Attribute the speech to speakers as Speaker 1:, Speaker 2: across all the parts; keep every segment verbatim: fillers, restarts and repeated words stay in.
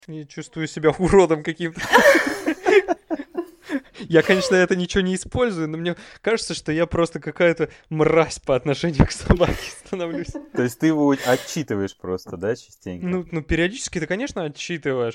Speaker 1: Я чувствую себя уродом каким-то. Я, конечно, это ничего не использую, но мне кажется, что я просто какая-то мразь по отношению к собаке становлюсь.
Speaker 2: То есть ты его отчитываешь просто, да, частенько?
Speaker 1: Ну, ну периодически ты, конечно, отчитываешь.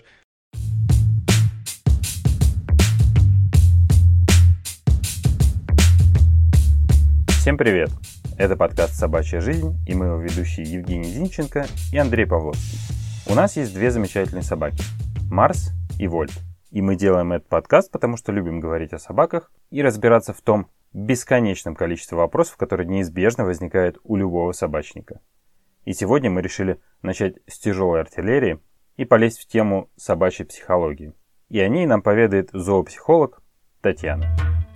Speaker 2: Всем привет! Это подкаст «Собачья жизнь», и мы его ведущие Евгений Зинченко и Андрей Павловский. У нас есть две замечательные собаки – Марс и Вольт. И мы делаем этот подкаст, потому что любим говорить о собаках и разбираться в том бесконечном количестве вопросов, которые неизбежно возникают у любого собачника. И сегодня мы решили начать с тяжелой артиллерии и полезть в тему собачьей психологии. И о ней нам поведает зоопсихолог Татьяна.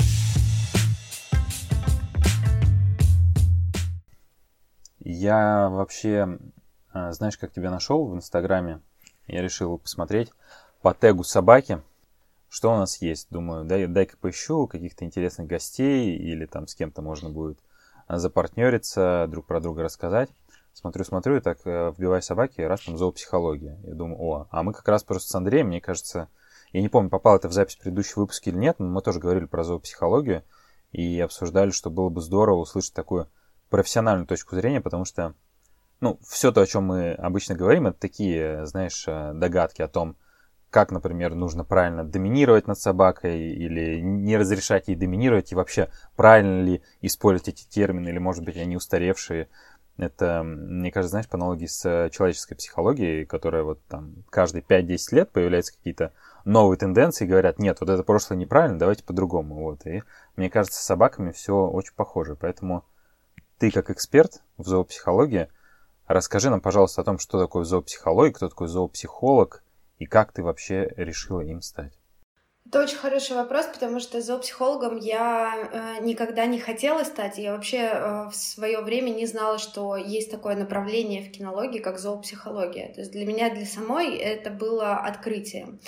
Speaker 2: Я вообще, знаешь, как тебя нашел в Инстаграме? Я решил посмотреть по тегу собаки, что у нас есть. Думаю, дай, дай-ка поищу каких-то интересных гостей или там с кем-то можно будет запартнериться, друг про друга рассказать. Смотрю, смотрю, и так вбиваю собаки, раз там зоопсихология. Я думаю, о, а мы как раз просто с Андреем, мне кажется, я не помню, попало это в запись предыдущего выпуска или нет, но мы тоже говорили про зоопсихологию и обсуждали, что было бы здорово услышать такую профессиональную точку зрения, потому что, ну, все то, о чем мы обычно говорим, это такие, знаешь, догадки о том, как, например, нужно правильно доминировать над собакой или не разрешать ей доминировать, и вообще правильно ли использовать эти термины, или, может быть, они устаревшие. Это, мне кажется, знаешь, по аналогии с человеческой психологией, которая вот там каждые пять-десять лет появляются какие-то новые тенденции, и говорят, нет, вот это прошлое неправильно, давайте по-другому. Вот. И мне кажется, с собаками все очень похоже, поэтому ты, как эксперт в зоопсихологии, расскажи нам, пожалуйста, о том, что такое зоопсихология, кто такой зоопсихолог и как ты вообще решила им стать.
Speaker 3: Это очень хороший вопрос, потому что зоопсихологом я э, никогда не хотела стать. Я вообще э, в свое время не знала, что есть такое направление в кинологии, как зоопсихология. То есть для меня, для самой, это было открытием.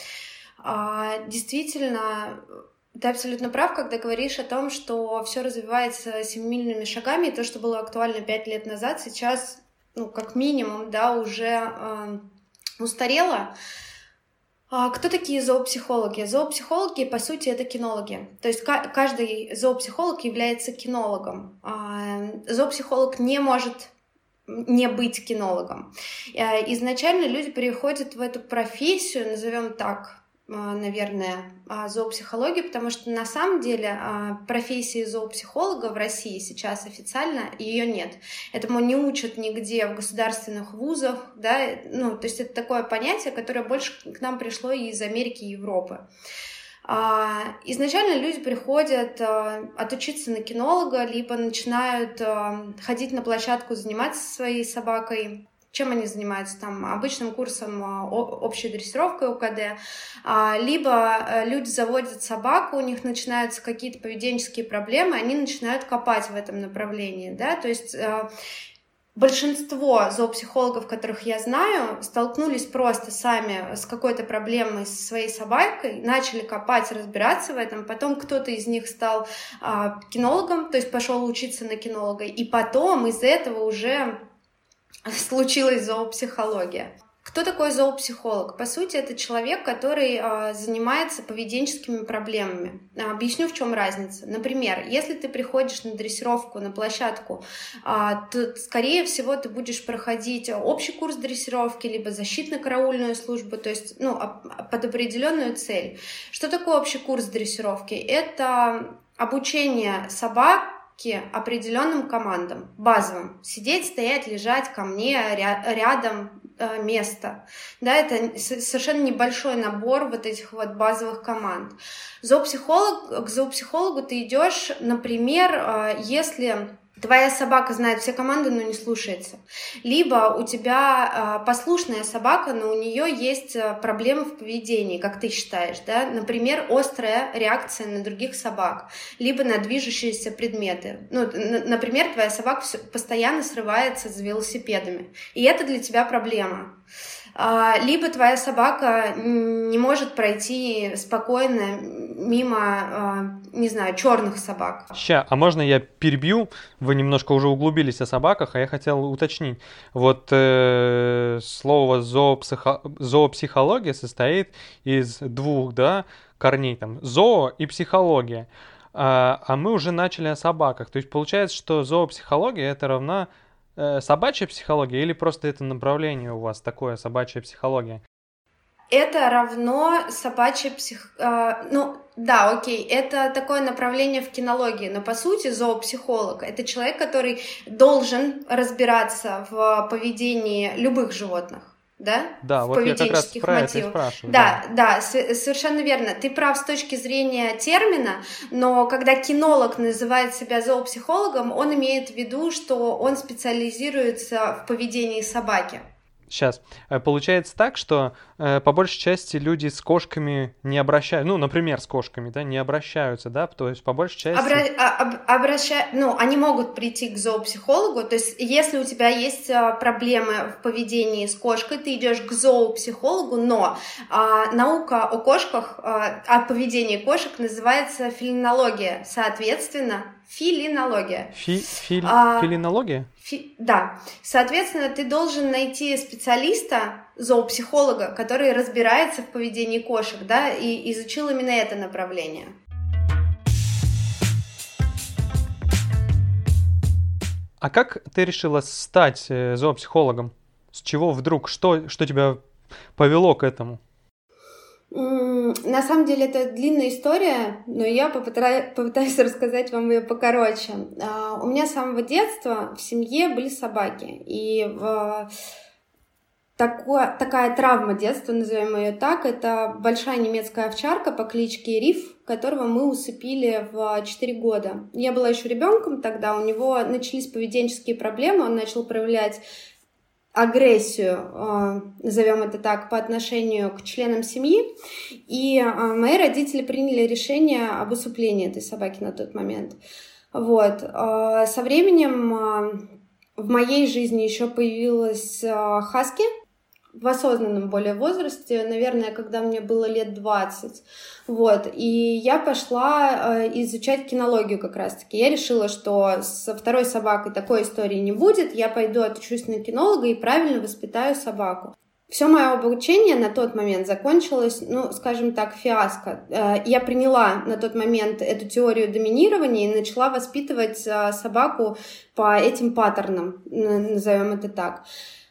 Speaker 3: А, действительно, ты абсолютно прав, когда говоришь о том, что все развивается семимильными шагами, и то, что было актуально пять лет назад, сейчас, ну, как минимум, да, уже э, устарело. А кто такие зоопсихологи? Зоопсихологи, по сути, это кинологи. То есть каждый зоопсихолог является кинологом. Зоопсихолог не может не быть кинологом. Изначально люди переходят в эту профессию, назовем так, наверное, зоопсихологии, потому что на самом деле профессии зоопсихолога в России сейчас официально ее нет. Этому не учат нигде в государственных вузах, да, ну, то есть это такое понятие, которое больше к нам пришло из Америки и Европы. Изначально люди приходят отучиться на кинолога, либо начинают ходить на площадку, заниматься своей собакой. Чем они занимаются? Там обычным курсом общей дрессировкой УКД, либо люди заводят собаку, у них начинаются какие-то поведенческие проблемы, они начинают копать в этом направлении, да, то есть большинство зоопсихологов, которых я знаю, столкнулись просто сами с какой-то проблемой со своей собакой, начали копать, разбираться в этом, потом кто-то из них стал а, кинологом, то есть пошел учиться на кинолога, и потом из этого уже случилась зоопсихология. Кто такой зоопсихолог? По сути, это человек, который э, занимается поведенческими проблемами. Объясню, в чем разница. Например, если ты приходишь на дрессировку, на площадку, э, то, скорее всего, ты будешь проходить общий курс дрессировки, либо защитно-караульную службу, то есть ну, под определенную цель. Что такое общий курс дрессировки? Это обучение собак определенным командам, базовым. Сидеть, стоять, лежать, ко мне, рядом, э, место. Да, это совершенно небольшой набор вот этих вот базовых команд. Зоопсихолог, к зоопсихологу ты идешь, например, э, если твоя собака знает все команды, но не слушается. Либо у тебя э, послушная собака, но у нее есть проблемы в поведении, как ты считаешь, да? Например, острая реакция на других собак, либо на движущиеся предметы. Ну, н- например, твоя собака все, постоянно срывается за велосипедами, и это для тебя проблема. А, либо твоя собака не может пройти спокойно мимо, а, не знаю, черных собак.
Speaker 1: Ща, а можно я перебью? Вы немножко уже углубились о собаках, а я хотел уточнить. Вот э, слово зоопсихо... зоопсихология состоит из двух, да, корней, там, зоо и психология. А, а мы уже начали о собаках. То есть получается, что зоопсихология это равна э, собачья психология или просто это направление у вас такое, собачья психология?
Speaker 3: Это равно собачья псих... Э, ну, да, окей, это такое направление в кинологии, но по сути зоопсихолог — это человек, который должен разбираться в поведении любых животных. Да,
Speaker 1: да,
Speaker 3: в
Speaker 1: вот я как раз про
Speaker 3: мотивах.
Speaker 1: это и спрашиваю.
Speaker 3: Да, да, да, совершенно верно. Ты прав с точки зрения термина, но когда кинолог называет себя зоопсихологом, он имеет в виду, что он специализируется в поведении собаки.
Speaker 1: Сейчас. Получается так, что э, по большей части люди с кошками не обращаются, ну, например, с кошками, да, не обращаются, да, то есть по большей части...
Speaker 3: Обра... Об... Обраща... Ну, они могут прийти к зоопсихологу, то есть если у тебя есть а, проблемы в поведении с кошкой, ты идешь к зоопсихологу, но а, наука о кошках, а, о поведении кошек называется фелинология, соответственно, филинология.
Speaker 1: Фи... Фили...
Speaker 3: А...
Speaker 1: Филинология?
Speaker 3: Фи... Да. Соответственно, ты должен найти специалиста, зоопсихолога, который разбирается в поведении кошек, да, и изучил именно это направление.
Speaker 1: А как ты решила стать зоопсихологом? С чего вдруг? Что, что тебя повело к этому?
Speaker 3: На самом деле это длинная история, но я попытаюсь, попытаюсь рассказать вам ее покороче. У меня с самого детства в семье были собаки, и такое, такая травма детства, назовем ее так, это большая немецкая овчарка по кличке Риф, которого мы усыпили в четыре года. Я была еще ребенком тогда, у него начались поведенческие проблемы, он начал проявлять агрессию, назовем это так, по отношению к членам семьи, и мои родители приняли решение об усыплении этой собаки на тот момент. Вот. Со временем в моей жизни еще появилась хаски, в осознанном более возрасте, наверное, когда мне было лет двадцать. Вот. И я пошла изучать кинологию как раз-таки. Я решила, что со второй собакой такой истории не будет. Я пойду отучусь на кинолога и правильно воспитаю собаку. Все мое обучение на тот момент закончилось, ну, скажем так, фиаско. Я приняла на тот момент эту теорию доминирования и начала воспитывать собаку по этим паттернам, назовем это так.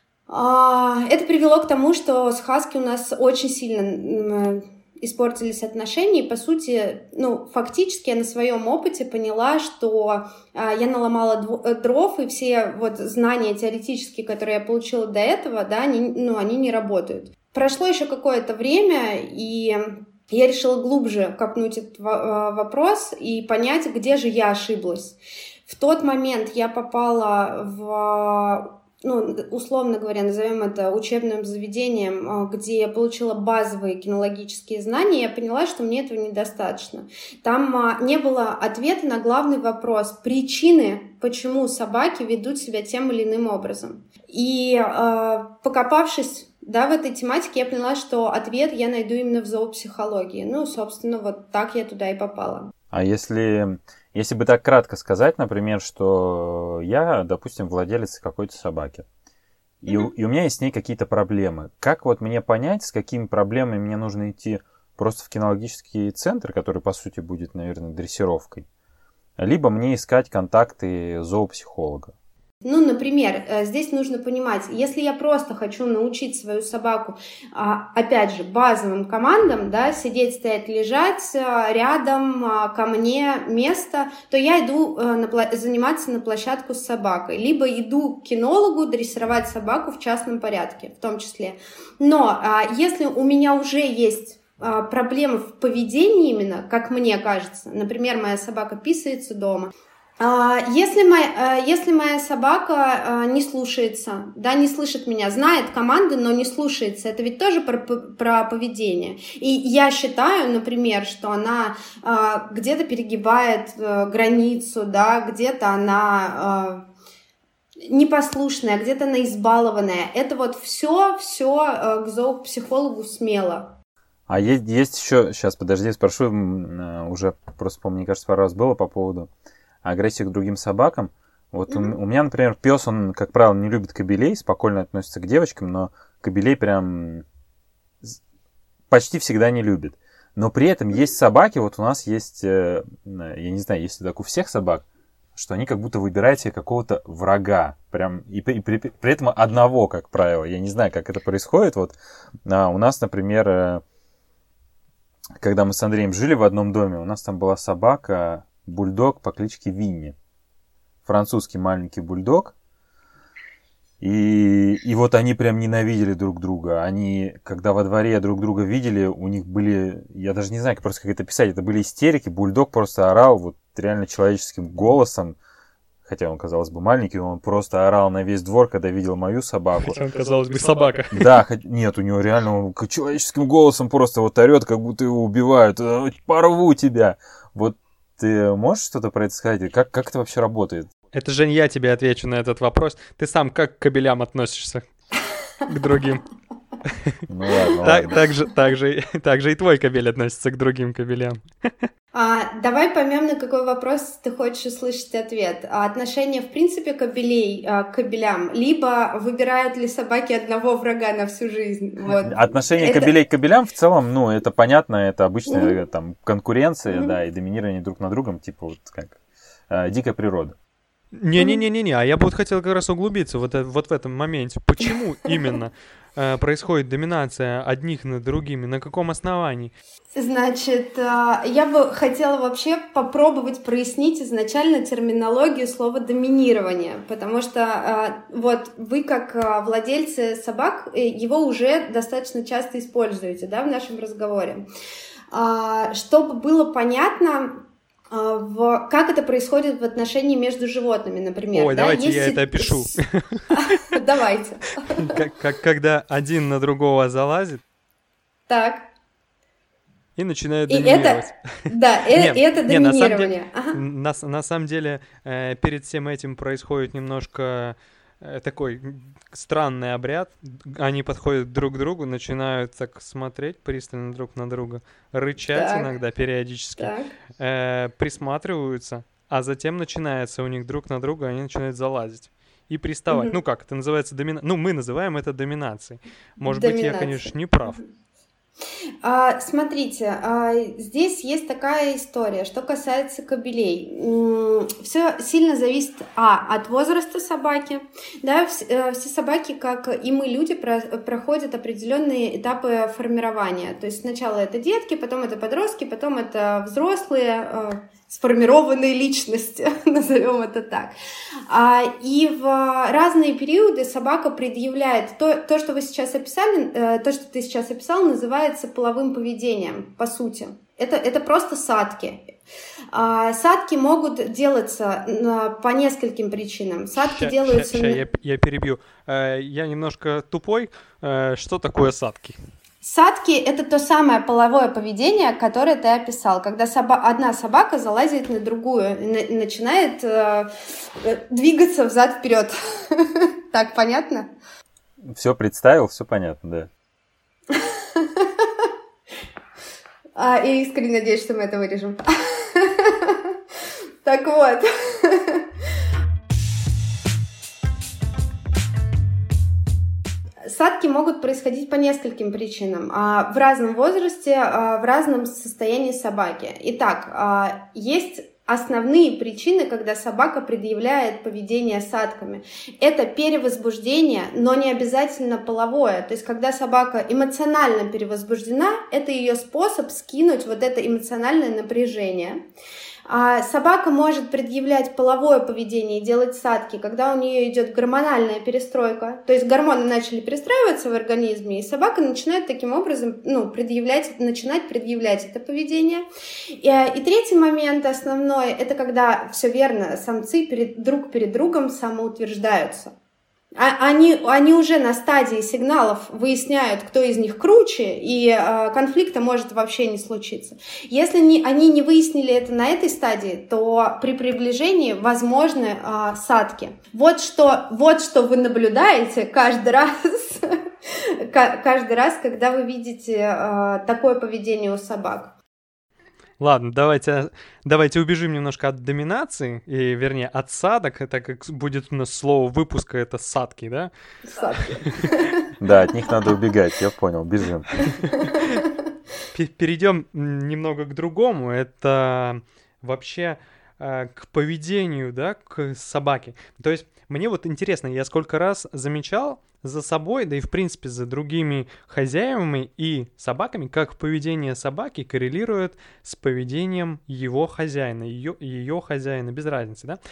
Speaker 3: Это привело к тому, что с хаски у нас очень сильно испортились отношения, и, по сути, ну, фактически я на своем опыте поняла, что я наломала дров, и все вот знания теоретические, которые я получила до этого, да, они, ну, они не работают. Прошло еще какое-то время, и я решила глубже копнуть этот вопрос и понять, где же я ошиблась. В тот момент я попала в... ну, условно говоря, назовем это учебным заведением, где я получила базовые кинологические знания, я поняла, что мне этого недостаточно. Там не было ответа на главный вопрос, причины, почему собаки ведут себя тем или иным образом. И покопавшись, да, в этой тематике, я поняла, что ответ я найду именно в зоопсихологии. Ну, собственно, вот так я туда и попала.
Speaker 2: А если... Если бы так кратко сказать, например, что я, допустим, владелец какой-то собаки, и, mm-hmm. и у меня есть с ней какие-то проблемы. Как вот мне понять, с какими проблемами мне нужно идти просто в кинологический центр, который, по сути, будет, наверное, дрессировкой, либо мне искать контакты зоопсихолога?
Speaker 3: Ну, например, здесь нужно понимать, если я просто хочу научить свою собаку, опять же, базовым командам, да, сидеть, стоять, лежать, рядом ко мне место, то я иду на, заниматься на площадку с собакой, либо иду к кинологу дрессировать собаку в частном порядке, в том числе. Но если у меня уже есть проблемы в поведении именно, как мне кажется, например, моя собака писается дома, Если моя, если моя собака не слушается, да, не слышит меня, знает команды, но не слушается, это ведь тоже про, про поведение. И я считаю, например, что она где-то перегибает границу, да, где-то она непослушная, где-то она избалованная. Это вот все, все к зоопсихологу смело.
Speaker 2: А есть, есть еще, сейчас, подожди, спрошу, уже просто, помню, мне кажется, пару раз было по поводу агрессии к другим собакам. Вот mm-hmm. у, у меня, например, пес, он, как правило, не любит кобелей, спокойно относится к девочкам, но кобелей прям почти всегда не любит. Но при этом mm-hmm. есть собаки, вот у нас есть, я не знаю, есть так у всех собак, что они как будто выбирают себе какого-то врага. Прям, и, и при, при этом одного, как правило. Я не знаю, как это происходит. Вот а, у нас, например, когда мы с Андреем жили в одном доме, у нас там была собака, бульдог по кличке Винни. Французский маленький бульдог. И, и вот они прям ненавидели друг друга. Они, когда во дворе друг друга видели, у них были, я даже не знаю, как просто как это писать, это были истерики. Бульдог просто орал вот реально человеческим голосом. Хотя он, казалось бы, маленький, он просто орал на весь двор, когда видел мою собаку.
Speaker 1: Хотя он, казалось бы, собака.
Speaker 2: Да, нет, у него реально он человеческим голосом просто вот орет, как будто его убивают. Порву тебя. Вот ты можешь что-то про это сказать? Как, как это вообще работает?
Speaker 1: Это, Жень, я тебе отвечу на этот вопрос. Ты сам как к кобелям относишься к другим?
Speaker 2: Ну ладно,
Speaker 1: так,
Speaker 2: ладно.
Speaker 1: Так же, так, же, так же и твой кобель относится к другим кобелям.
Speaker 3: А, давай поймем, на какой вопрос ты хочешь услышать ответ. А, отношение, в принципе, кобелей а, к кобелям, либо выбирают ли собаки одного врага на всю жизнь? Вот.
Speaker 2: Отношение это... кобелей к кобелям в целом, ну, это понятно, это обычная mm-hmm. там конкуренция, mm-hmm. да, и доминирование друг над другом, типа вот как а, дикая природа.
Speaker 1: Не-не-не-не, а я бы вот хотел как раз углубиться вот, вот в этом моменте. Почему именно э, происходит доминация одних над другими? На каком основании?
Speaker 3: Значит, я бы хотела вообще попробовать прояснить изначально терминологию слова «доминирование», потому что вот вы, как владельцы собак, его уже достаточно часто используете, да, в нашем разговоре. Чтобы было понятно, в, как это происходит в отношении между животными, например.
Speaker 1: Ой,
Speaker 3: да?
Speaker 1: давайте
Speaker 3: Есть...
Speaker 1: я это опишу.
Speaker 3: Давайте.
Speaker 1: Когда один на другого залазит.
Speaker 3: Так.
Speaker 1: И начинает доминировать.
Speaker 3: Да, это доминирование.
Speaker 1: На самом деле, перед всем этим происходит немножко такой странный обряд. Они подходят друг к другу, начинают так смотреть пристально друг на друга, рычать так. иногда периодически, э, присматриваются, а затем начинается у них друг на друга, они начинают залазить и приставать. Mm-hmm. Ну как, это называется доминацией. Ну, мы называем это доминацией. Может Доминация. быть, я, конечно, не прав. Mm-hmm.
Speaker 3: А, смотрите, а, здесь есть такая история, что касается кобелей. Все сильно зависит а, от возраста собаки. Да, все, все собаки, как и мы, люди, про, проходят определенные этапы формирования. То есть сначала это детки, потом это подростки, потом это взрослые, сформированные личности, назовем это так. А, и в разные периоды собака предъявляет то, то, что вы сейчас описали, то, что ты сейчас описал, называется половым поведением, по сути. Это, это просто садки. А, садки могут делаться по нескольким причинам. Садки
Speaker 1: ща,
Speaker 3: делаются...
Speaker 1: Ща, ща, я, я перебью. Я немножко тупой. Что такое садки?
Speaker 3: Садки — это то самое половое поведение, которое ты описал, когда соба- одна собака залазит на другую и на- начинает э- двигаться взад-вперед. Так, понятно?
Speaker 2: Все представил, все понятно, да.
Speaker 3: Я искренне надеюсь, что мы это вырежем. Так вот. Садки могут происходить по нескольким причинам, в разном возрасте, в разном состоянии собаки. Итак, есть основные причины, когда собака предъявляет поведение садками. Это перевозбуждение, но не обязательно половое. То есть, когда собака эмоционально перевозбуждена, это ее способ скинуть вот это эмоциональное напряжение. А собака может предъявлять половое поведение и делать садки, когда у нее идет гормональная перестройка, то есть гормоны начали перестраиваться в организме, и собака начинает таким образом, ну, предъявлять, начинать предъявлять это поведение. И, и третий момент основной, это когда, все верно, самцы перед, друг перед другом самоутверждаются. А, они, они уже на стадии сигналов выясняют, кто из них круче, и э, конфликта может вообще не случиться. Если не, они не выяснили это на этой стадии, то при приближении возможны э, садки. Вот что, вот что вы наблюдаете каждый раз, каждый раз, когда вы видите э, такое поведение у собак.
Speaker 1: Ладно, давайте, давайте убежим немножко от доминации, и, вернее, от садок, так как будет у нас слово выпуска, это садки, да?
Speaker 3: Садки.
Speaker 2: Да, от них надо убегать, я понял, бежим.
Speaker 1: Перейдем немного к другому, это вообще к поведению, да, к собаке. То есть мне вот интересно, я сколько раз замечал за собой, да и в принципе за другими хозяевами и собаками, как поведение собаки коррелирует с поведением его хозяина, ее, ее хозяина, без разницы, да.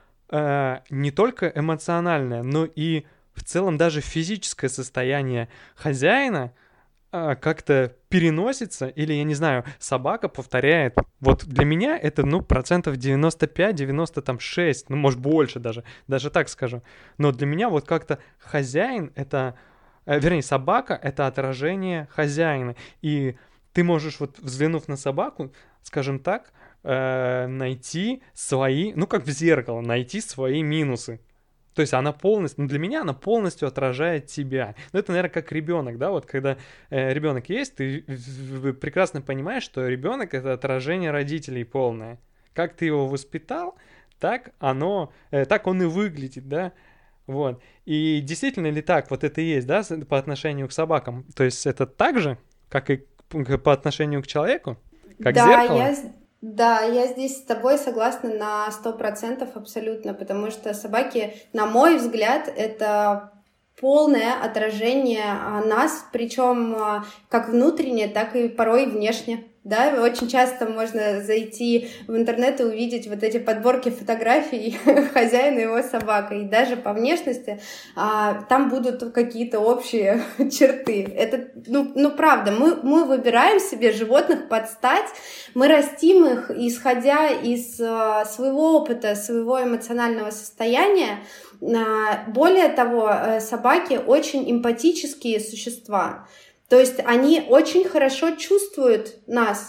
Speaker 1: Э, не только эмоциональное, но и в целом даже физическое состояние хозяина как-то переносится, или, я не знаю, собака повторяет. Вот для меня это, ну, процентов девяносто пять девяносто шесть, ну, может, больше даже, даже так скажу. Но для меня вот как-то хозяин — это, э, вернее, собака — это отражение хозяина. И ты можешь, вот взглянув на собаку, скажем так, э, найти свои, ну, как в зеркало, найти свои минусы. То есть она полностью, ну для меня она полностью отражает тебя. Ну это, наверное, как ребенок, да, вот когда э, ребенок есть, ты в, в, прекрасно понимаешь, что ребенок — это отражение родителей полное. Как ты его воспитал, так оно, э, так он и выглядит, да. Вот. И действительно ли так вот это и есть, да, по отношению к собакам? То есть это так же, как и по отношению к человеку, как
Speaker 3: да,
Speaker 1: зеркало?
Speaker 3: Я... Да, я здесь с тобой согласна на сто процентов абсолютно, потому что собаки, на мой взгляд, это полное отражение нас, причем как внутренне, так и порой внешне. Да, очень часто можно зайти в интернет и увидеть вот эти подборки фотографий хозяина и его собакой. И даже по внешности а, там будут какие-то общие черты. Это, ну, ну правда, мы, мы выбираем себе животных под стать, мы растим их, исходя из а, своего опыта, своего эмоционального состояния. А, более того, собаки очень эмпатические существа. То есть они очень хорошо чувствуют нас,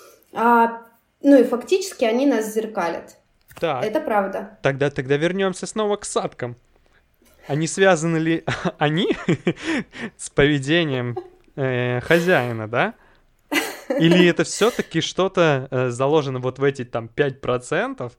Speaker 3: а, ну и фактически они нас зеркалят.
Speaker 1: Так,
Speaker 3: это правда.
Speaker 1: Тогда, тогда вернемся снова к садкам. Они связаны ли они с поведением э, хозяина, да? Или это все-таки что-то э, заложено вот в эти там пять процентов,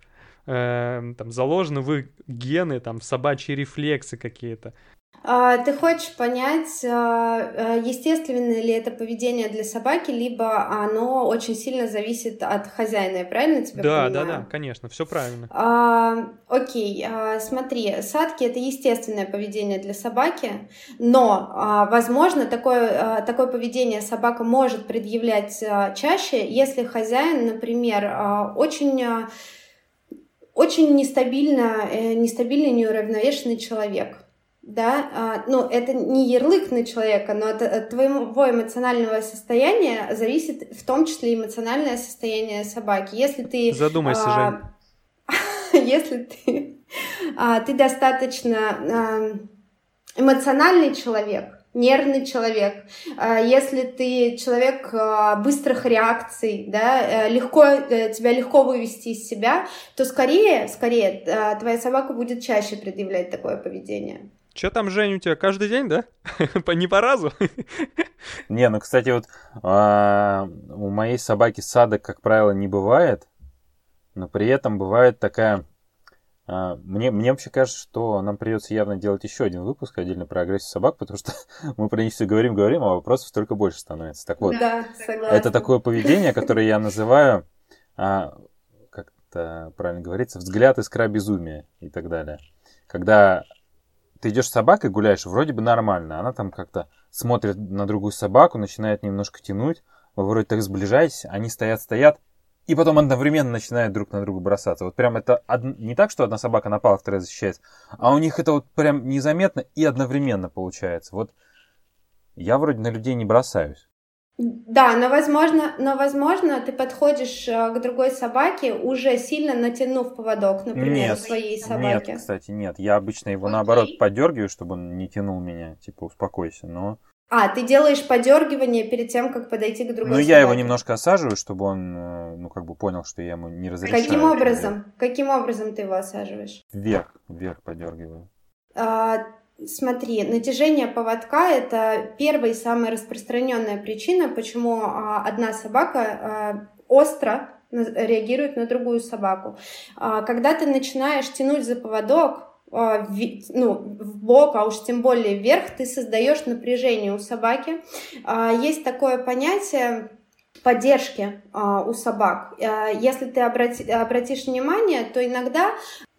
Speaker 1: э, там заложены в их гены, там собачьи рефлексы какие-то?
Speaker 3: Ты хочешь понять, естественно ли это поведение для собаки, либо оно очень сильно зависит от хозяина, я правильно тебя
Speaker 1: да,
Speaker 3: понимаю?
Speaker 1: Да, да, конечно, все правильно.
Speaker 3: А, окей, а, смотри, садки — это естественное поведение для собаки, но, а, возможно, такое, а, такое поведение собака может предъявлять а, чаще, если хозяин, например, а, очень... А, очень нестабильно, э, нестабильный, неуравновешенный человек. Да, ну, это не ярлык на человека, но от, от твоего эмоционального состояния зависит в том числе эмоциональное состояние собаки. Если ты...
Speaker 1: Задумайся,
Speaker 3: а, Жень. Если ты, а, ты достаточно а, эмоциональный человек, нервный человек, а, если ты человек а, быстрых реакций, да, легко, тебя легко вывести из себя, то скорее, скорее а, твоя собака будет чаще предъявлять такое поведение.
Speaker 1: Че там, Жень, у тебя каждый день, да? Не по разу?
Speaker 2: Не, ну, кстати, вот а, у моей собаки садок, как правило, не бывает, но при этом бывает такая... А, мне, мне вообще кажется, что нам придется явно делать еще один выпуск отдельно про агрессию собак, потому что мы про них все говорим, говорим, а вопросов только больше становится. Так вот,
Speaker 3: да, согласна.
Speaker 2: Это такое поведение, которое я называю, а, как это правильно говорится, взгляд искра безумия и так далее. Когда... Ты идешь с собакой, гуляешь, вроде бы нормально. Она там как-то смотрит на другую собаку, начинает немножко тянуть. Вы вроде так сближаетесь, они стоят-стоят, и потом одновременно начинают друг на друга бросаться. Вот прям это од... не так, что одна собака напала, вторая защищается, а у них это вот прям незаметно и одновременно получается. Вот я вроде на людей не бросаюсь.
Speaker 3: Да, но возможно, но возможно, ты подходишь к другой собаке, уже сильно натянув поводок, например,
Speaker 2: Нет,
Speaker 3: своей собаки.
Speaker 2: нет, кстати, нет. Я обычно его наоборот подергиваю, чтобы он не тянул меня, типа успокойся, но...
Speaker 3: А, ты делаешь подергивание перед тем, как подойти к другой
Speaker 2: Ну,
Speaker 3: собаке?
Speaker 2: я его немножко осаживаю, чтобы он, ну, как бы понял, что я ему не разрешаю.
Speaker 3: Каким образом? Каким образом ты его осаживаешь?
Speaker 2: Вверх, вверх подергиваю.
Speaker 3: А, смотри, натяжение поводка – это первая и самая распространенная причина, почему а, одна собака а, остро реагирует на другую собаку. А, когда ты начинаешь тянуть за поводок, ну, в бок, а уж тем более вверх, ты создаешь напряжение у собаки. Есть такое понятие поддержки у собак. Если ты обрати, обратишь внимание, то иногда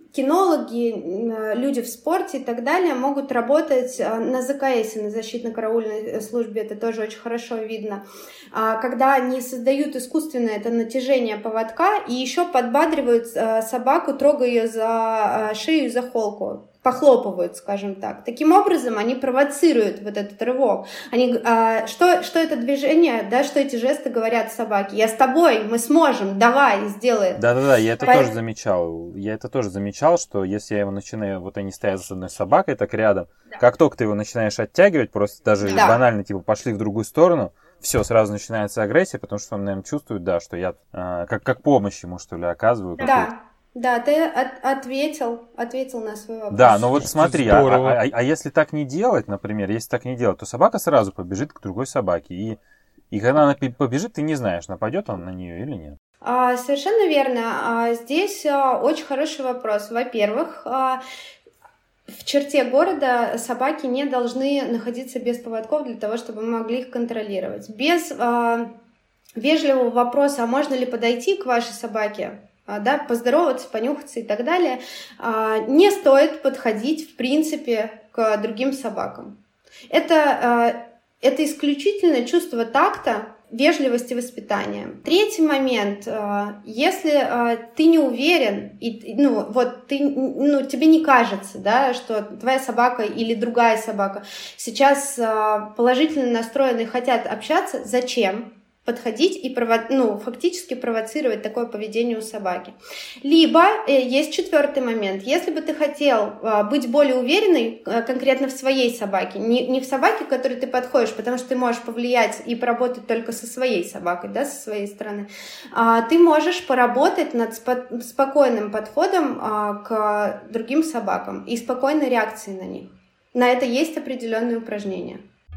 Speaker 3: кинологи, люди в спорте и так далее могут работать на зэ ка эс, на защитно-караульной службе, это тоже очень хорошо видно, когда они создают искусственное это натяжение поводка и еще подбадривают собаку, трогая ее за шею и за холку, похлопывают, скажем так. Таким образом, они провоцируют вот этот рывок. Они, а, что, что это движение, да, что эти жесты говорят собаке? Я с тобой, мы сможем, давай, сделай.
Speaker 2: Да-да-да, я это
Speaker 3: По...
Speaker 2: тоже замечал. Я это тоже замечал, что если я его начинаю, вот они стоят с одной собакой так рядом, да. Как только ты его начинаешь оттягивать, просто даже да. банально, типа, пошли в другую сторону, все, сразу начинается агрессия, потому что он, наверное, чувствует, да, что я э, как, как помощь ему, что ли, оказываю.
Speaker 3: Да. Да, ты от, ответил, ответил на свой вопрос.
Speaker 2: Да, но вот смотри, а, а, а, а если так не делать, например, если так не делать, то собака сразу побежит к другой собаке. И, и когда она побежит, ты не знаешь, нападет он на нее или нет.
Speaker 3: А, совершенно верно. А, здесь а, очень хороший вопрос. Во-первых, а, в черте города собаки не должны находиться без поводков для того, чтобы мы могли их контролировать. Без а, вежливого вопроса, а можно ли подойти к вашей собаке, да, поздороваться, понюхаться и так далее, не стоит подходить, в принципе, к другим собакам. Это, это исключительно чувство такта, вежливости, воспитания. Третий момент. Если ты не уверен, и, ну, вот ты, ну, тебе не кажется, да, что твоя собака или другая собака сейчас положительно настроены и хотят общаться, зачем подходить и прово- ну, фактически провоцировать такое поведение у собаки. Либо э, есть четвертый момент. Если бы ты хотел э, быть более уверенной э, конкретно в своей собаке, не, не в собаке, к которой ты подходишь, потому что ты можешь повлиять и поработать только со своей собакой, да, со своей стороны, э, ты можешь поработать над спо- спокойным подходом э, к другим собакам и спокойной реакцией на них. На это есть определенные упражнения.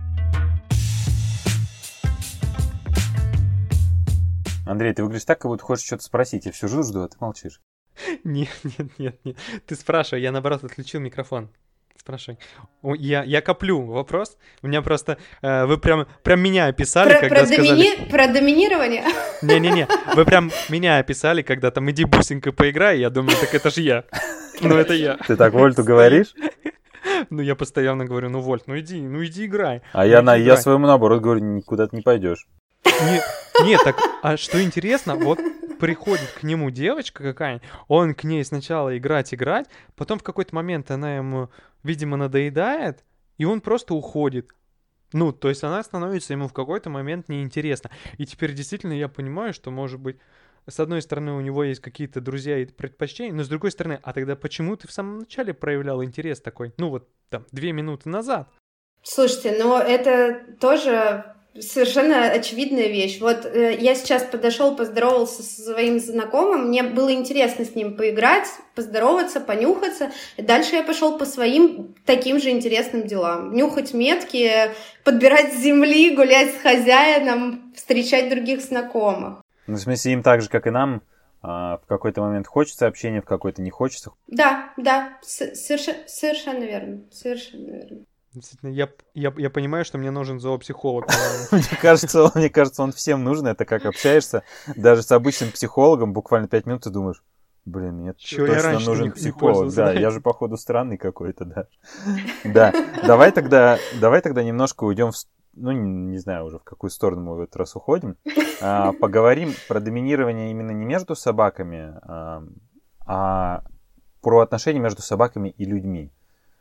Speaker 2: Андрей, ты выглядишь так, как будто хочешь что-то спросить. Я все жду, жду, а ты молчишь.
Speaker 1: Нет, нет, нет, нет. Ты спрашивай, я наоборот отключил микрофон. Спрашивай. Я, я коплю вопрос. У меня просто... Э, вы прям, прям меня описали,
Speaker 3: про,
Speaker 1: когда
Speaker 3: про
Speaker 1: сказали...
Speaker 3: Домини... Про доминирование?
Speaker 1: Не-не-не, вы прям меня описали, когда там иди бусинкой поиграй, я думаю, так это же я. Ну это я.
Speaker 2: Ты так Вольту говоришь?
Speaker 1: Ну я постоянно говорю, ну Вольт, ну иди, ну иди играй.
Speaker 2: А я, на, я своему наоборот говорю, никуда ты не пойдешь.
Speaker 1: Нет, нет, так, а что интересно, вот приходит к нему девочка какая-нибудь, он к ней сначала играть-играть, потом в какой-то момент она ему, видимо, надоедает, и он просто уходит. Ну, то есть она становится ему в какой-то момент неинтересна. И теперь действительно я понимаю, что, может быть, с одной стороны, у него есть какие-то друзья и предпочтения, но с другой стороны, а тогда почему ты в самом начале проявлял интерес такой? Ну, вот там, две минуты назад.
Speaker 3: Слушайте, ну это тоже... Совершенно очевидная вещь. Вот э, я сейчас подошел, поздоровался со своим знакомым, мне было интересно с ним поиграть, поздороваться, понюхаться. И дальше я пошел по своим таким же интересным делам. Нюхать метки, подбирать с земли, гулять с хозяином, встречать других знакомых.
Speaker 2: Ну, в смысле, им так же, как и нам, в какой-то момент хочется общения, в какой-то не хочется.
Speaker 3: Да, да, совершенно, совершенно верно, совершенно верно.
Speaker 1: Действительно, я, я, я понимаю, что мне нужен зоопсихолог.
Speaker 2: Мне кажется, мне кажется, он всем нужен. Это как общаешься даже с обычным психологом, буквально пять минут ты думаешь, блин, мне точно нужен психолог. Да, я же, походу, странный какой-то, да. Да, давай тогда, давай тогда немножко уйдем в... Ну, не знаю уже, в какую сторону мы в этот раз уходим. Поговорим про доминирование именно не между собаками, а про отношения между собаками и людьми.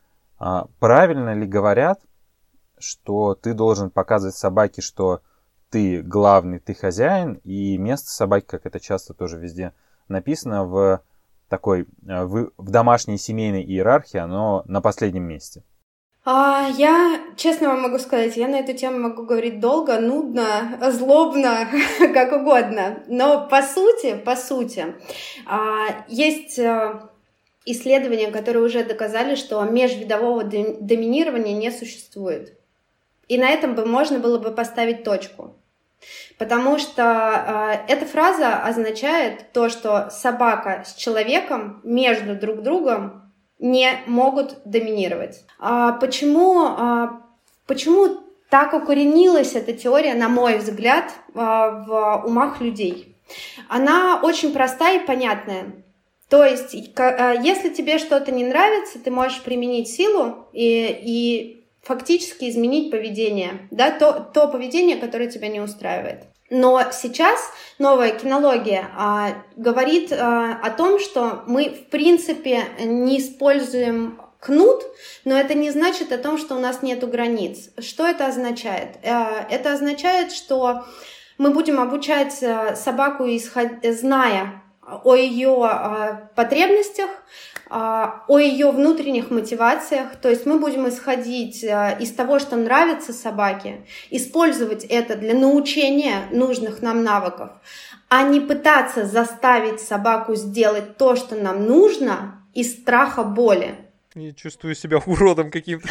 Speaker 2: А правильно ли говорят, что ты должен показывать собаке, что ты главный, ты хозяин, и место собаки, как это часто тоже везде написано, в такой, в, в домашней семейной иерархии, оно на последнем месте.
Speaker 3: А, я, честно вам могу сказать, я на эту тему могу говорить долго, нудно, злобно, как угодно. Но по сути, по сути, а, есть исследования, которые уже доказали, что межвидового доминирования не существует. И на этом бы можно было бы поставить точку. Потому что э, эта фраза означает то, что собака с человеком между друг другом не могут доминировать. А почему, а, почему так укоренилась эта теория, на мой взгляд, а, в умах людей? Она очень простая и понятная. То есть, к, если тебе что-то не нравится, ты можешь применить силу и, и фактически изменить поведение, да, то, то поведение, которое тебя не устраивает. Но сейчас новая кинология а, говорит а, о том, что мы, в принципе, не используем кнут, но это не значит о том, что у нас нету границ. Что это означает? А, это означает, что мы будем обучать собаку, исход... зная о ее а, потребностях, о ее внутренних мотивациях, то есть мы будем исходить из того, что нравится собаке, использовать это для научения нужных нам навыков, а не пытаться заставить собаку сделать то, что нам нужно, из страха боли.
Speaker 1: Я чувствую себя уродом каким-то.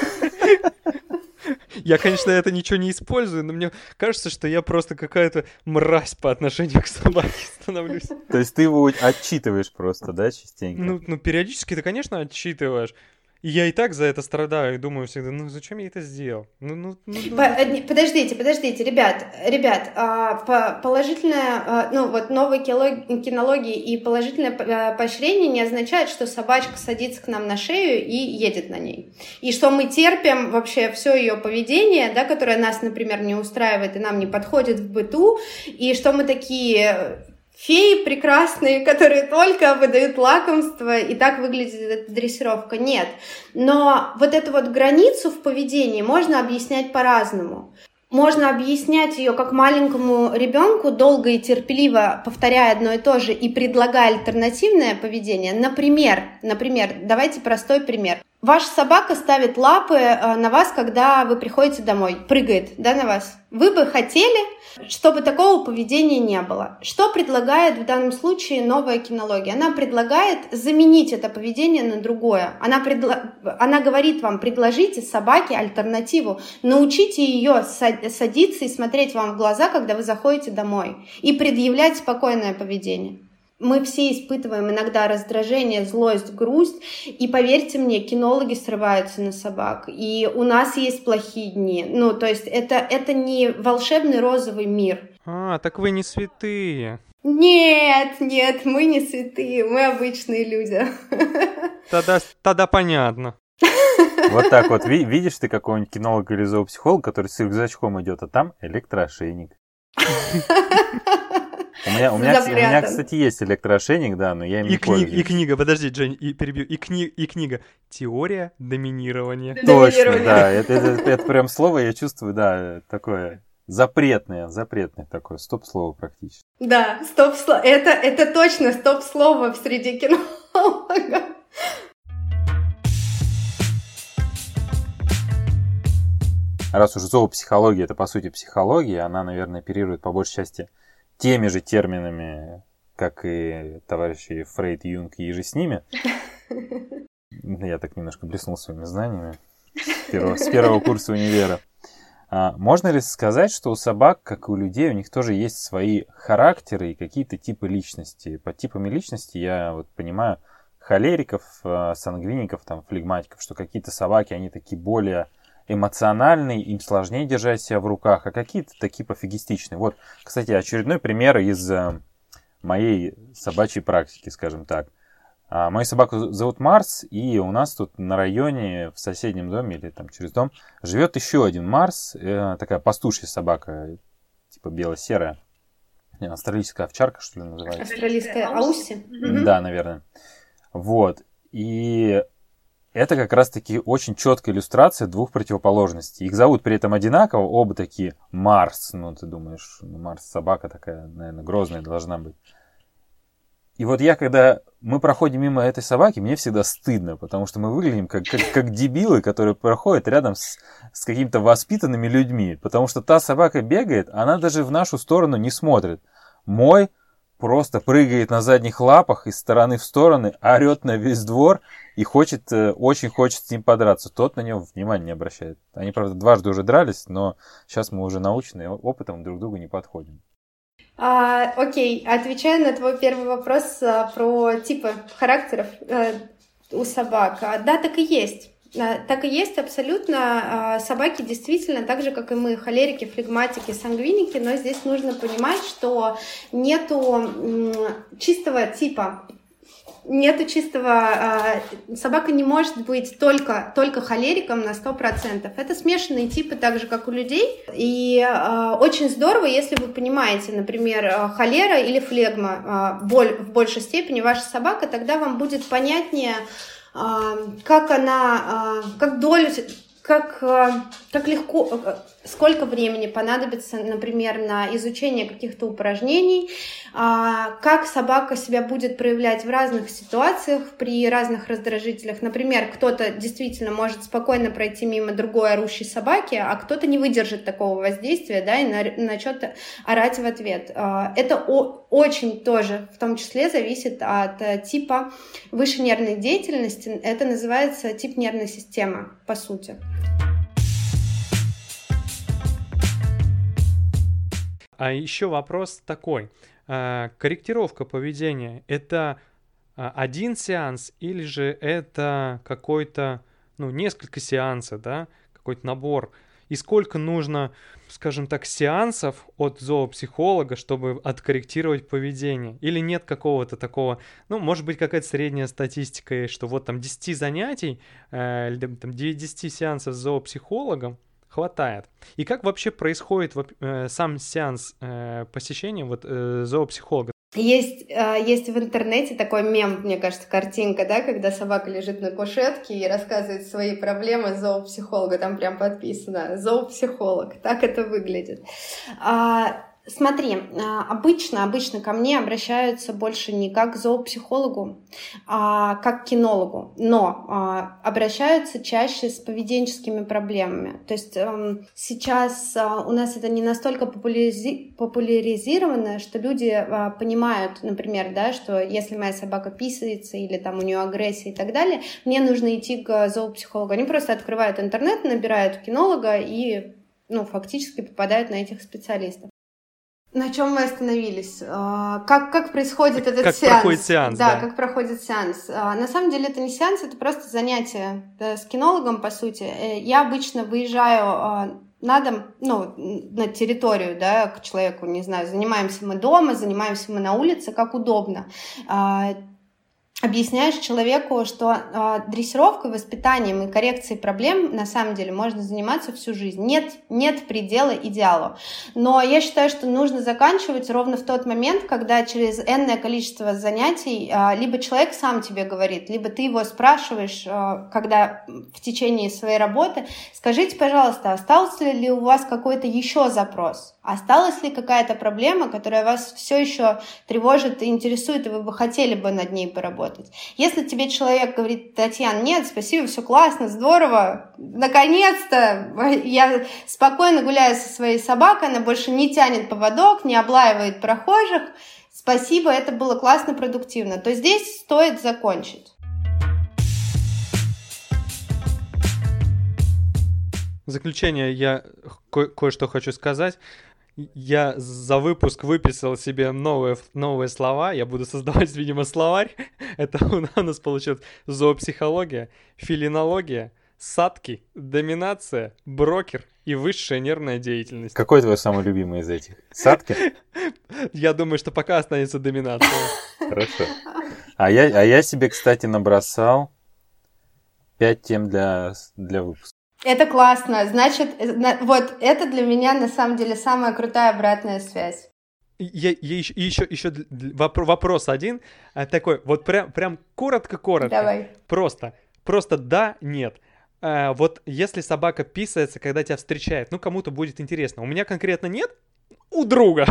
Speaker 1: Я, конечно, это ничего не использую, но мне кажется, что я просто какая-то мразь по отношению к собаке становлюсь.
Speaker 2: То есть ты его отчитываешь просто, да, частенько?
Speaker 1: Ну, ну периодически ты, конечно, отчитываешь. И я и так за это страдаю и думаю всегда, ну зачем я это сделал? Ну, ну, ну, ну.
Speaker 3: Подождите, подождите, ребят, ребят, положительное, ну вот новые кинологии и положительное поощрение не означает, что собачка садится к нам на шею и едет на ней. И что мы терпим вообще все ее поведение, да, которое нас, например, не устраивает и нам не подходит в быту, и что мы такие... феи прекрасные, которые только выдают лакомство, и так выглядит эта дрессировка. Нет. Но вот эту вот границу в поведении можно объяснять по-разному. Можно объяснять ее как маленькому ребенку, долго и терпеливо повторяя одно и то же и предлагая альтернативное поведение. Например, например, давайте простой пример. Ваша собака ставит лапы на вас, когда вы приходите домой, прыгает, да, на вас. Вы бы хотели, чтобы такого поведения не было. Что предлагает в данном случае новая кинология? Она предлагает заменить это поведение на другое. Она, предла... Она говорит вам, предложите собаке альтернативу, научите ее садиться и смотреть вам в глаза, когда вы заходите домой, и предъявлять спокойное поведение. Мы все испытываем иногда раздражение, злость, грусть, и поверьте мне, кинологи срываются на собак, и у нас есть плохие дни. Ну, то есть это, это не волшебный розовый мир.
Speaker 1: А, так вы не святые.
Speaker 3: Нет, нет, мы не святые, мы обычные люди.
Speaker 1: Тогда, тогда понятно.
Speaker 2: Вот так вот, видишь ты какого-нибудь кинолога или зоопсихолога, который с рюкзачком идет, а там электроошейник. У меня, у, меня, у меня, кстати, есть электроошейник, да, но я им и не кни- пользуюсь.
Speaker 1: И книга, подожди, Жень, и перебью, и, кни- и книга «Теория доминирования».
Speaker 2: Точно, да, это, это, это прям слово, я чувствую, да, такое запретное, запретное такое, стоп-слово практически.
Speaker 3: Да, стоп-слово, это, это точно стоп-слово среди кинологов.
Speaker 2: Раз уж зоопсихология, это по сути психология, она, наверное, оперирует по большей части теми же терминами, как и товарищи Фрейд, Юнг и же с ними. Я так немножко блеснул своими знаниями с первого, с первого курса универа. А можно ли сказать, что у собак, как и у людей, у них тоже есть свои характеры и какие-то типы личности? Под типами личности я вот понимаю холериков, сангвиников, там, флегматиков, что какие-то собаки, они такие более... эмоциональные, им сложнее держать себя в руках, а какие-то такие пофигистичные. Вот, кстати, очередной пример из э, моей собачьей практики, скажем так. А, мою собаку зовут Марс, и у нас тут на районе, в соседнем доме или там через дом, живет еще один Марс, э, такая пастушья собака, типа бело-серая. Австралийская овчарка, что ли, называется?
Speaker 3: Австралийская ауси?
Speaker 2: Да, наверное. Вот. И это как раз-таки очень четкая иллюстрация двух противоположностей. Их зовут при этом одинаково, оба такие Марс. Ну, ты думаешь, ну, Марс собака такая, наверное, грозная должна быть. И вот я, когда мы проходим мимо этой собаки, мне всегда стыдно, потому что мы выглядим как, как, как дебилы, которые проходят рядом с, с какими-то воспитанными людьми. Потому что та собака бегает, она даже в нашу сторону не смотрит. Мой просто прыгает на задних лапах из стороны в стороны, орет на весь двор и хочет, очень хочет с ним подраться. Тот на него внимания не обращает. Они, правда, дважды уже дрались, но сейчас мы уже научены, опытом друг к другу не подходим.
Speaker 3: А, окей, отвечаю на твой первый вопрос а, про типы характеров а, у собак. А, да, так и есть. А, так и есть абсолютно. А, собаки действительно, так же, как и мы, холерики, флегматики, сангвиники, но здесь нужно понимать, что нету м, чистого типа. Нету чистого... Э, собака не может быть только, только холериком на сто процентов. Это смешанные типы, так же, как у людей. И э, очень здорово, если вы понимаете, например, холера или флегма э, боль, в большей степени ваша собака, тогда вам будет понятнее, э, как она... Э, как долю... Как, как легко, сколько времени понадобится, например, на изучение каких-то упражнений, как собака себя будет проявлять в разных ситуациях, при разных раздражителях. Например, кто-то действительно может спокойно пройти мимо другой орущей собаки, а кто-то не выдержит такого воздействия, да, и начнет орать в ответ. Это очень тоже, в том числе, зависит от типа высшей нервной деятельности. Это называется тип нервной системы, по сути.
Speaker 1: А еще вопрос такой. Корректировка поведения — это один сеанс или же это какой-то, ну, несколько сеансов, да, какой-то набор? И сколько нужно, скажем так, сеансов от зоопсихолога, чтобы откорректировать поведение? Или нет какого-то такого, ну, может быть, какая-то средняя статистика, что вот там десять занятий, э, там десять сеансов с зоопсихологом хватает. И как вообще происходит э, сам сеанс э, посещения вот, э, зоопсихолога?
Speaker 3: Есть, есть в интернете такой мем, мне кажется, картинка, да, когда собака лежит на кушетке и рассказывает свои проблемы зоопсихолога, там прям подписано «зоопсихолог», так это выглядит. Смотри, обычно, обычно ко мне обращаются больше не как к зоопсихологу, а как к кинологу, но а, обращаются чаще с поведенческими проблемами. То есть а, сейчас а, у нас это не настолько популяризи- популяризировано, что люди а, понимают, например, да, что если моя собака писается или там у нее агрессия и так далее, мне нужно идти к зоопсихологу. Они просто открывают интернет, набирают кинолога и, ну, фактически попадают на этих специалистов. На чем мы остановились? Как, как происходит этот
Speaker 1: как
Speaker 3: сеанс?
Speaker 1: Как проходит сеанс,
Speaker 3: да.
Speaker 1: Да,
Speaker 3: как проходит сеанс. На самом деле это не сеанс, это просто занятие с кинологом, по сути. Я обычно выезжаю на дом, ну, на территорию, да, к человеку, не знаю, занимаемся мы дома, занимаемся мы на улице, как удобно. Объясняешь человеку, что э, дрессировкой, воспитанием и коррекцией проблем на самом деле можно заниматься всю жизнь. Нет, нет предела идеалу. Но я считаю, что нужно заканчивать ровно в тот момент, когда через энное количество занятий э, либо человек сам тебе говорит, либо ты его спрашиваешь, э, когда в течение своей работы, скажите, пожалуйста, остался ли у вас какой-то еще запрос? Осталась ли какая-то проблема, которая вас все еще тревожит и интересует, и вы бы хотели бы над ней поработать? Если тебе человек говорит: Татьяна, нет, спасибо, все классно, здорово, наконец-то я спокойно гуляю со своей собакой, она больше не тянет поводок, не облаивает прохожих, спасибо, это было классно, продуктивно, то здесь стоит закончить.
Speaker 1: В заключение я ко- кое-что хочу сказать. Я за выпуск выписал себе новые, новые слова. Я буду создавать, видимо, словарь. Это у нас получилось зоопсихология, фелинология, садки, доминация, брокер и высшая нервная деятельность.
Speaker 2: Какой твой самый любимый из этих? Садки?
Speaker 1: Я думаю, что пока останется доминация.
Speaker 2: Хорошо. А я, а я себе, кстати, набросал пять тем для, для выпуска.
Speaker 3: Это классно. Значит, вот это для меня на самом деле самая крутая обратная связь.
Speaker 1: Я, я еще, еще, еще вопрос один такой, вот прям, прям коротко-коротко.
Speaker 3: Давай.
Speaker 1: Просто Просто да, нет. Э, вот если собака писается, когда тебя встречает, ну, кому-то будет интересно. У меня конкретно нет, у друга.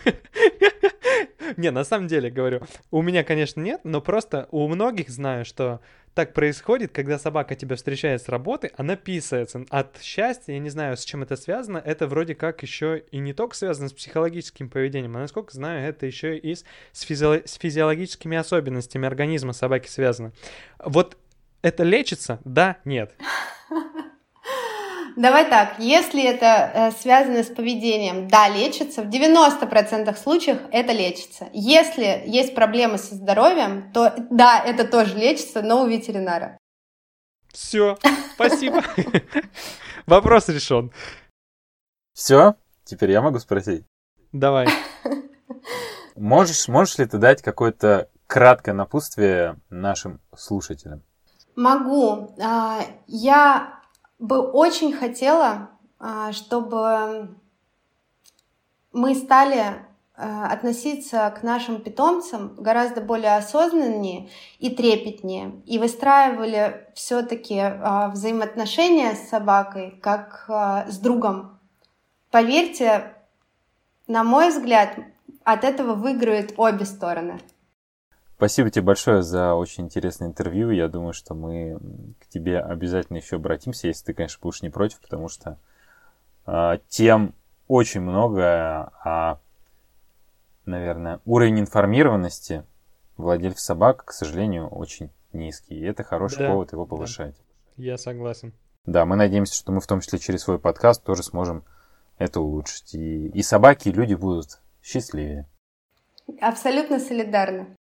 Speaker 1: Не, на самом деле, говорю, у меня, конечно, нет, но просто у многих знаю, что так происходит, когда собака тебя встречает с работы, она писается от счастья, я не знаю, с чем это связано, это вроде как еще и не только связано с психологическим поведением, а, насколько знаю, это еще и с, с, физио- с физиологическими особенностями организма собаки связано. Вот это лечится? Да, нет.
Speaker 3: Давай так, если это э, связано с поведением, да, лечится. В девяноста процентах случаев это лечится. Если есть проблемы со здоровьем, то да, это тоже лечится, но у ветеринара.
Speaker 1: Все, спасибо. Вопрос решен.
Speaker 2: Все? Теперь я могу спросить?
Speaker 1: Давай.
Speaker 2: Можешь, можешь ли ты дать какое-то краткое напутствие нашим слушателям?
Speaker 3: Могу. А, Я бы очень хотела, а, чтобы мы стали а, относиться к нашим питомцам гораздо более осознаннее и трепетнее, и выстраивали все-таки а, взаимоотношения с собакой как а, с другом. Поверьте, на мой взгляд, от этого выиграют обе стороны.
Speaker 2: Спасибо тебе большое за очень интересное интервью. Я думаю, что мы к тебе обязательно еще обратимся, если ты, конечно, будешь не против, потому что э, тем очень много, а, наверное, уровень информированности владельцев собак, к сожалению, очень низкий. И это хороший
Speaker 1: Да,
Speaker 2: повод его
Speaker 1: да.
Speaker 2: повышать.
Speaker 1: Я согласен.
Speaker 2: Да, мы надеемся, что мы в том числе через свой подкаст тоже сможем это улучшить. И, и собаки, и люди будут счастливее.
Speaker 3: Абсолютно солидарны.